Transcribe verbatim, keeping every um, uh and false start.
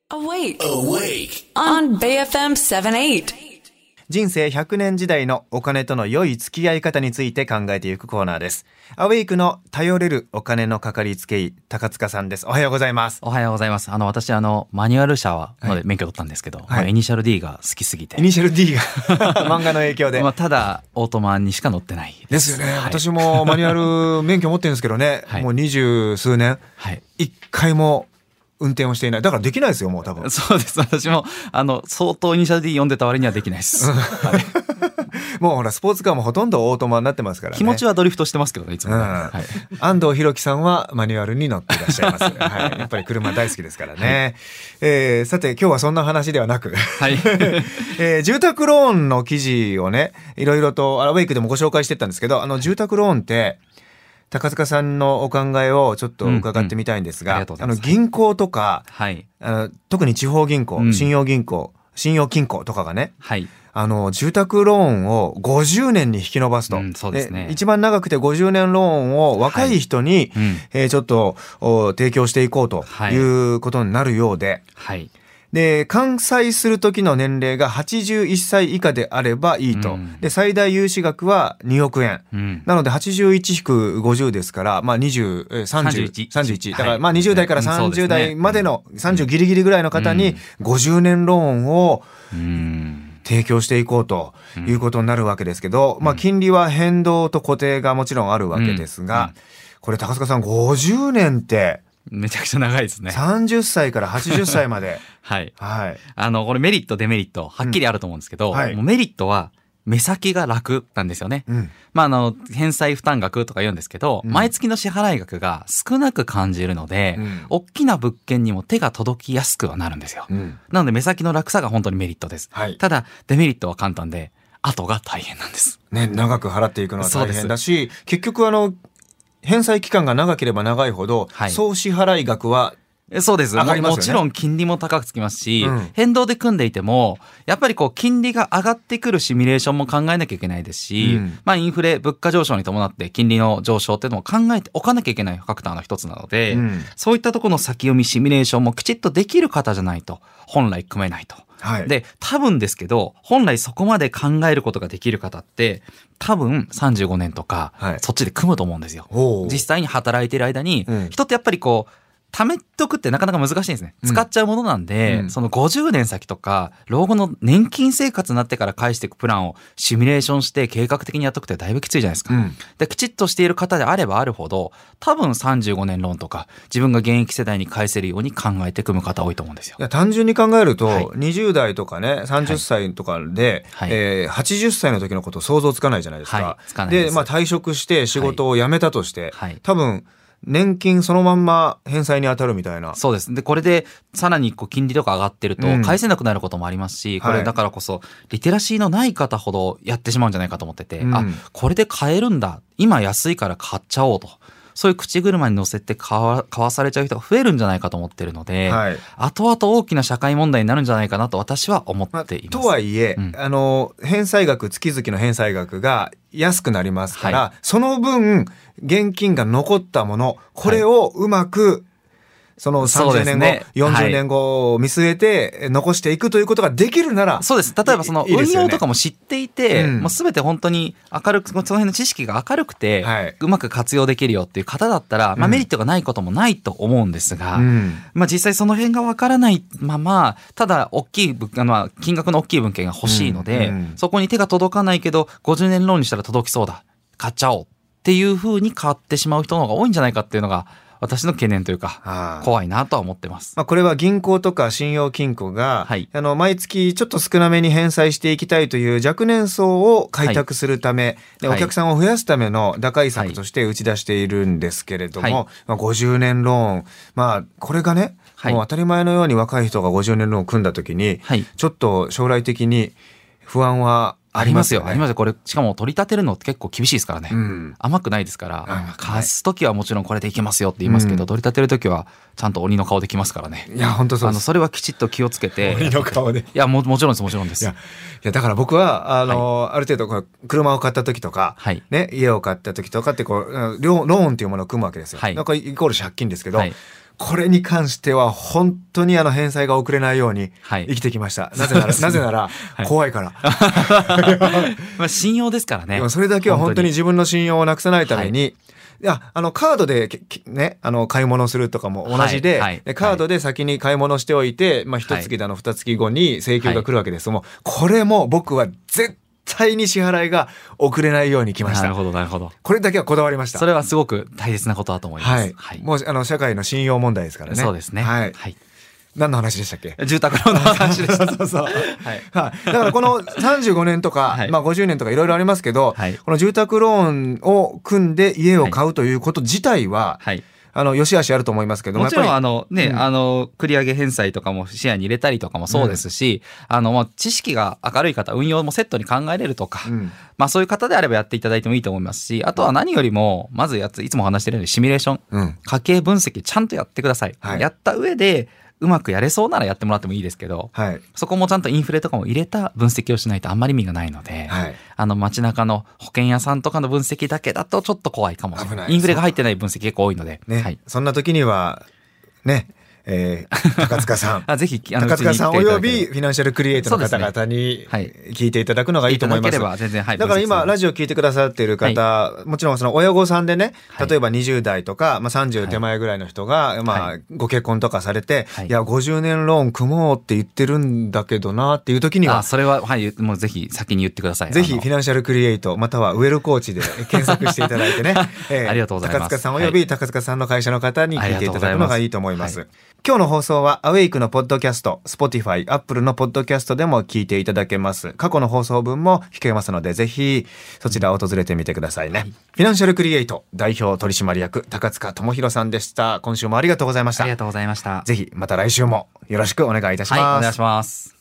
Awake. Awake. On ベイエフエムセブンティーエイト。 人生ひゃくねん時代のお金との良い付き合い方について考えていくコーナーです。アウェイクの頼れるお金のかかりつけ医、高塚さんです。おはようございます。 おはようございます。あの私あのマニュアル車ので免許取ったんですけど、はいまあ、イニシャル D が好きすぎて。 イニシャル D が漫画の影響で。 まあただオートマにしか乗ってないです。 ですよね。はい、私もマニュアル免許持ってるんですけどね。はい、もう二十数年。はい。一回も運転をしていない。だからできないですよ、もう多分。 そうです。私もあの相当イニシャル D 読んでた割にはできないです。はい、 もうほらスポーツカーもほとんどオートマになってますからね。 気持ちはドリフトしてますけどね、いつも、ねうんはい、 安藤博樹さんはマニュアルに乗っていらっしゃいます、はい、やっぱり車大好きですからね、はいえー、さて今日はそんな話ではなく、はいえー、住宅ローンの記事をねいろいろとアウェイクでもご紹介してったんですけど、あの住宅ローンって高塚さんのお考えをちょっと伺ってみたいんですが、うんうん、ああの銀行とか、はい、あの特に地方銀行、うん、信用銀行、信用金庫とかがね、はい、あの住宅ローンをごじゅうねんに引き延ばすと、うんそうですね、で一番長くてごじゅうねんローンを若い人に、はいうんえー、ちょっと提供していこうということになるようで、はいで完済する時の年齢がはちじゅういっさい以下であればいいと、うん、で最大融資額はにおくえん、うん、なのではちじゅういち引くごじゅうですから、まあ、にじゅう、さんじゅう、さんじゅういちだからまあにじゅう代からさんじゅう代までのさんじゅうギリギリぐらいの方にごじゅうねんローンを提供していこうということになるわけですけど、まあ、金利は変動と固定がもちろんあるわけですが、これ高塚さんごじゅうねんってめちゃくちゃ長いですね。 さんじゅっさいからはちじゅっさいまで。 はい。はい。あの、これメリット、デメリット、はっきりあると思うんですけど、うんはい、もうメリットは、目先が楽なんですよね。うん、まあ、あの、返済負担額とか言うんですけど、うん、毎月の支払い額が少なく感じるので、うん、大きな物件にも手が届きやすくはなるんですよ。うん、なので、目先の楽さが本当にメリットです。はい、ただ、デメリットは簡単で、後が大変なんです。 ね、長く払っていくのは大変だし、結局あの、返済期間が長ければ長いほど、はい、総支払い額はそうです。 上がりますよね。 もちろん金利も高くつきますし、うん、変動で組んでいても、やっぱりこう金利が上がってくるシミュレーションも考えなきゃいけないですし、うん、まあインフレ、物価上昇に伴って金利の上昇っていうのも考えておかなきゃいけないファクターの一つなので、うん、そういったところの先読みシミュレーションもきちっとできる方じゃないと、本来組めないと。はい、で、多分ですけど、本来そこまで考えることができる方って、多分さんじゅうごねんとか、はい、そっちで組むと思うんですよ。実際に働いている間に、うん、人ってやっぱりこう、貯めとくってなかなか難しいんですね。使っちゃうものなんで、うん、そのごじゅうねん先とか、老後の年金生活になってから返していくプランをシミュレーションして計画的にやっとくってだいぶきついじゃないですか。うん、で、きちっとしている方であればあるほど、多分さんじゅうごねんローンとか、自分が現役世代に返せるように考えて組む方多いと思うんですよ。 いや単純に考えると、はい、にじゅう代とかね、さんじゅっさいとかで、はいえー、はちじゅっさいの時のこと想像つかないじゃないですか。はい、つかないです。で、まあ退職して仕事を辞めたとして、はい、多分、年金そのまんま返済に当たるみたいな。 そうです。で、これでさらにこう金利とか上がってると返せなくなることもありますし、うん、これだからこそリテラシーのない方ほどやってしまうんじゃないかと思ってて、うん、あ、これで買えるんだ。今安いから買っちゃおうと。そういう口車に乗せて買わ、買わされちゃう人が増えるんじゃないかと思ってるので、はい、後々大きな社会問題になるんじゃないかなと私は思っています。 まあ、とはいえ、うん、あの返済額月々の返済額が安くなりますから、はい、その分現金が残ったものこれをうまくそのさんじゅうねんご、ね、よんじゅうねんごを見据えて残していくということができるなら、 そうです。例えばその運用とかも知っていて、うん、もう全て本当に明るく、その辺の知識が明るくて、はい、うまく活用できるよっていう方だったら、まあ、メリットがないこともないと思うんですが、うん、まあ実際その辺がわからないまま、ただ大きいあの金額の大きい文献が欲しいので、うんうん、そこに手が届かないけどごじゅうねんローンにしたら届きそうだ、買っちゃおうっていう風に買ってしまう人の方が多いんじゃないかっていうのが私の懸念というか怖いなとは思ってます。 まあ、これは銀行とか信用金庫が、はい、あの毎月ちょっと少なめに返済していきたいという若年層を開拓するため、はい、でお客さんを増やすための打開策として打ち出しているんですけれども、はいまあ、ごじゅうねんローン、まあ、これがね、はい、もう当たり前のように若い人がごじゅうねんローンを組んだ時に、はい、ちょっと将来的に不安はありますよね。 ありますよ。これしかも取り立てるのって結構厳しいですからね、うん、甘くないですから、貸す時はもちろんこれでいけますよって言いますけど、うん、取り立てる時はちゃんと鬼の顔できますからね。 いや本当そうです。 あのそれはきちっと気をつけて。 鬼の顔で。いや も, もちろんですもちろんです。 いやいやだから僕はあの、はい、ある程度こう車を買った時とか、はいね、家を買った時とかってこうローンっていうものを組むわけですよ、はい、なんかイコール借金ですけど、はい、 これに関しては本当にあの返済が遅れないように生きてきました、はい、なぜならなぜなら怖いから、 はい、まあ信用ですからね。 それだけは本当に自分の信用をなくさないために、はい、いやあのカードで、ね、あの買い物するとかも同じで、はいはい、カードで先に買い物しておいて、まあ、一月だの二月後に請求が来るわけです、はい、もうこれも僕は絶対に支払いが遅れないように来ました。 なるほどなるほど。 これだけはこだわりました。 それはすごく大切なことだと思います、 はいはい、もうあの社会の信用問題ですからね。 そうですね、 はい、はい、何の話でしたっけ？ 住宅ローンの話でしたそうそう、はいはい、だからこのさんじゅうごねんとか、はい、まあ、ごじゅうねんとかいろいろありますけど、はい、この住宅ローンを組んで家を買うということ自体は、はいはい、あの良し悪しあると思いますけども、 もちろんあのね、うん、あの繰り上げ返済とかも視野に入れたりとかもそうですし、うん、あのまあ知識が明るい方、運用もセットに考えれるとか、うん、まあそういう方であればやっていただいてもいいと思いますし、あとは何よりもまずやついつも話してるようにシミュレーション、うん、家計分析ちゃんとやってください、はい、やった上でうまくやれそうならやってもらってもいいですけど、はい、そこもちゃんとインフレとかも入れた分析をしないとあんまり意味がないので、はい、あの街中の保険屋さんとかの分析だけだとちょっと怖いかもしれない。インフレが入ってない分析結構多いので、 ね、はい、そんな時にはね、えー、高塚さんあぜひあの高塚さんおよびフィナンシャルクリエイトの方々に聞いていただくのがいいと思います。 だから今ラジオ聞いてくださっている方、はい、もちろんその親御さんでね、例えばにじゅう代とか、まあ、さんじゅう手前ぐらいの人が、はい、まあ、ご結婚とかされて、はい、いやごじゅうねんローン組もうって言ってるんだけどなっていう時には、 あそれは、はい、もうぜひ先に言ってください。 ぜひフィナンシャルクリエイトまたはウェルコーチで検索していただいてね、 えー、ありがとうございます。 高塚さんおよび高塚さんの会社の方に聞いていただくのがいいと思います。今日の放送はアウェイクのポッドキャスト、Spotify、Apple のポッドキャストでも聞いていただけます。過去の放送分も聞けますので、ぜひそちらを訪れてみてくださいね。はい、フィナンシャルクリエイト代表取締役高塚智博さんでした。今週もありがとうございました。 ありがとうございました。 ぜひまた来週もよろしくお願いいたします。 はい、お願いします。